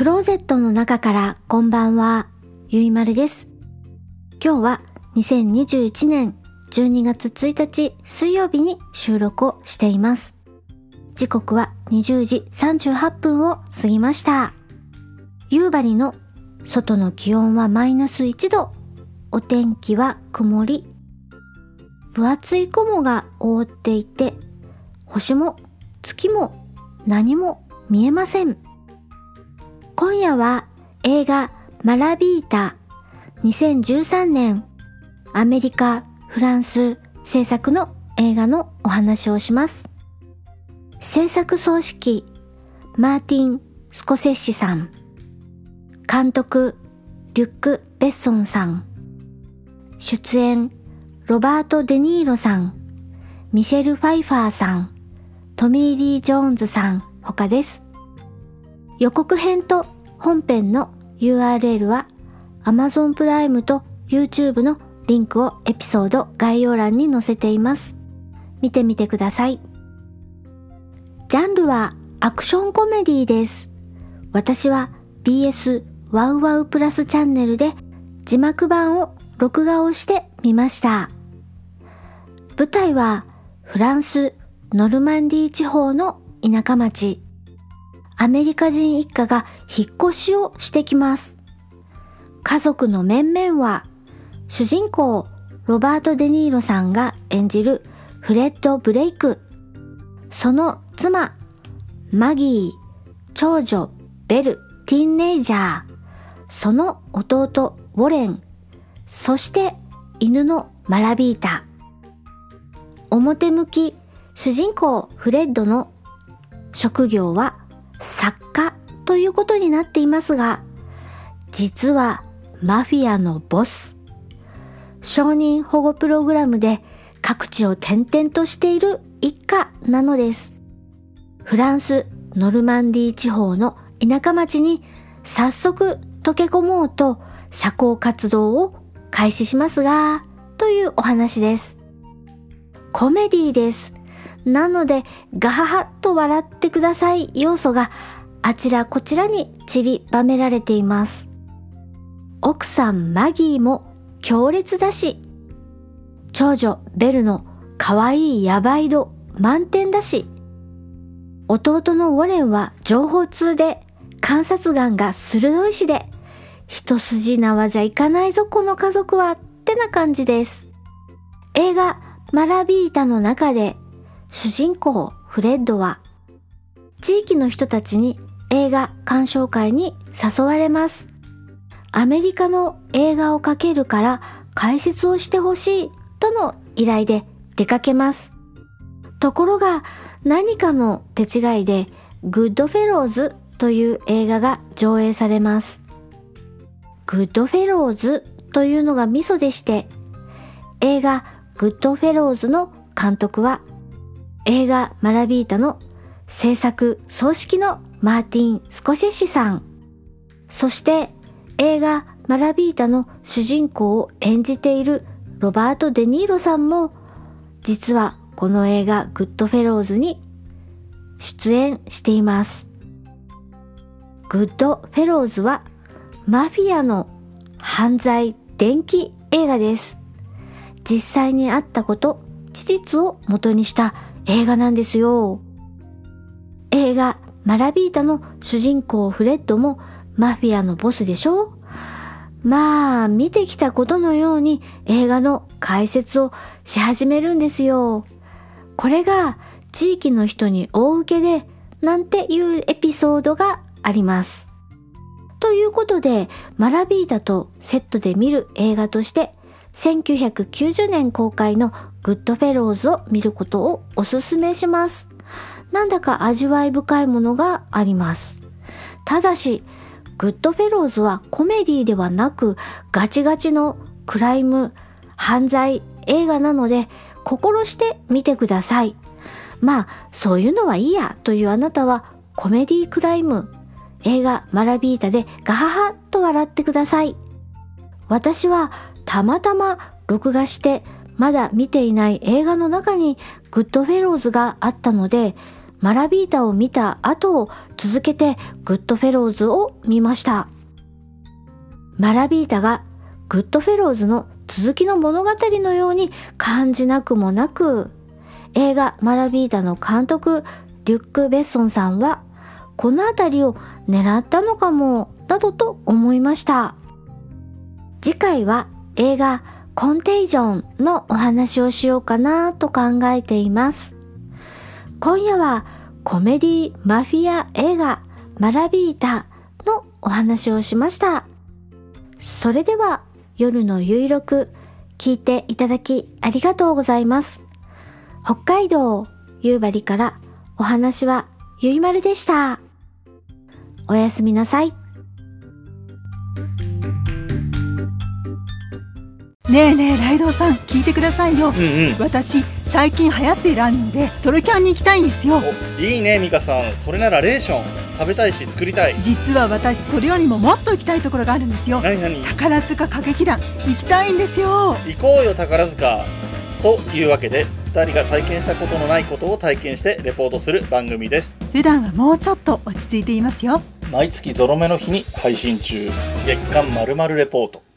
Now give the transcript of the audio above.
クローゼットの中からこんばんは、ゆいまるです。今日は2021年12月1日水曜日に収録をしています。時刻は20時38分を過ぎました。夕張の外の気温はマイナス1度、お天気は曇り、分厚い雲が覆っていて、星も月も何も見えません。今夜は映画マラビータ2013年アメリカ・フランス制作の映画のお話をします。制作総指揮マーティン・スコセッシさん、監督リュック・ベッソンさん、出演ロバート・デ・ニーロさん、ミシェル・ファイファーさん、トミー・リー・ジョーンズさん他です。予告編と本編の URL は Amazon プライムと YouTube のリンクをエピソード概要欄に載せています。見てみてください。ジャンルはアクションコメディです。私は BS ワウワウプラスチャンネルで字幕版を録画をしてみました。舞台はフランスノルマンディー地方の田舎町。アメリカ人一家が引っ越しをしてきます。家族の面々は主人公ロバート・デ・ニーロさんが演じるフレッド・ブレイク、その妻マギー、長女ベル・ティーンネイジャー、その弟ウォレン、そして犬のマラビータ。表向き主人公フレッドの職業は作家ということになっていますが、実はマフィアのボス。承認保護プログラムで各地を転々としている一家なのです。フランスノルマンディー地方の田舎町に早速溶け込もうと社交活動を開始しますが、というお話です。コメディです。なのでガハハと笑ってください要素があちらこちらに散りばめられています。奥さんマギーも強烈だし、長女ベルの可愛いヤバい度満点だし、弟のウォレンは情報通で観察眼が鋭いしで、一筋縄じゃいかないぞこの家族はってな感じです。映画マラビータの中で主人公フレッドは地域の人たちに映画鑑賞会に誘われます。アメリカの映画をかけるから解説をしてほしいとの依頼で出かけます。ところが何かの手違いでグッドフェローズという映画が上映されます。グッドフェローズというのがミソでして、映画グッドフェローズの監督は映画マラビータの制作総指揮のマーティン・スコセッシさん、そして映画マラビータの主人公を演じているロバート・デ・ニーロさんも実はこの映画グッドフェローズに出演しています。グッドフェローズはマフィアの犯罪伝記映画です。実際にあったこと、事実を元にした映画なんですよ。映画マラビータの主人公フレッドもマフィアのボスでしょ。まあ見てきたことのように映画の解説をし始めるんですよ。これが地域の人に大受けでなんていうエピソードがあります。ということでマラビータとセットで見る映画として1990年公開のグッドフェローズを見ることをおすすめします。なんだか味わい深いものがあります。ただしグッドフェローズはコメディではなくガチガチのクライム犯罪映画なので心して見てください。まあそういうのはいいやというあなたはコメディクライム映画マラビータでガハハと笑ってください。私はたまたま録画してまだ見ていない映画の中にグッドフェローズがあったので、 マラビータを見た後、続けてグッドフェローズを見ました。マラビータがグッドフェローズの続きの物語のように感じなくもなく、映画マラビータの監督リュック・ベッソンさんはこのあたりを狙ったのかもなどと思いました。次回は映画コンテージョンのお話をしようかなと考えています。今夜はコメディマフィア映画マラビータのお話をしました。それでは夜のゆいろく聞いていただきありがとうございます。北海道夕張からお話はゆいまるでした。おやすみなさい。 ねえねえライドウさん、聞いてくださいよ。私最近流行っているアニメでソロキャンに行きたいんですよ。 いいねミカさん、それならレーション食べたいし作りたい。 実は私それよりももっと行きたいところがあるんですよ。 何？ 宝塚歌劇団行きたいんですよ。 行こうよ宝塚。というわけで2人が体験したことのないことを体験してレポートする番組です。 普段はもうちょっと落ち着いていますよ。 毎月ゾロ目の日に配信中、月刊〇〇レポート。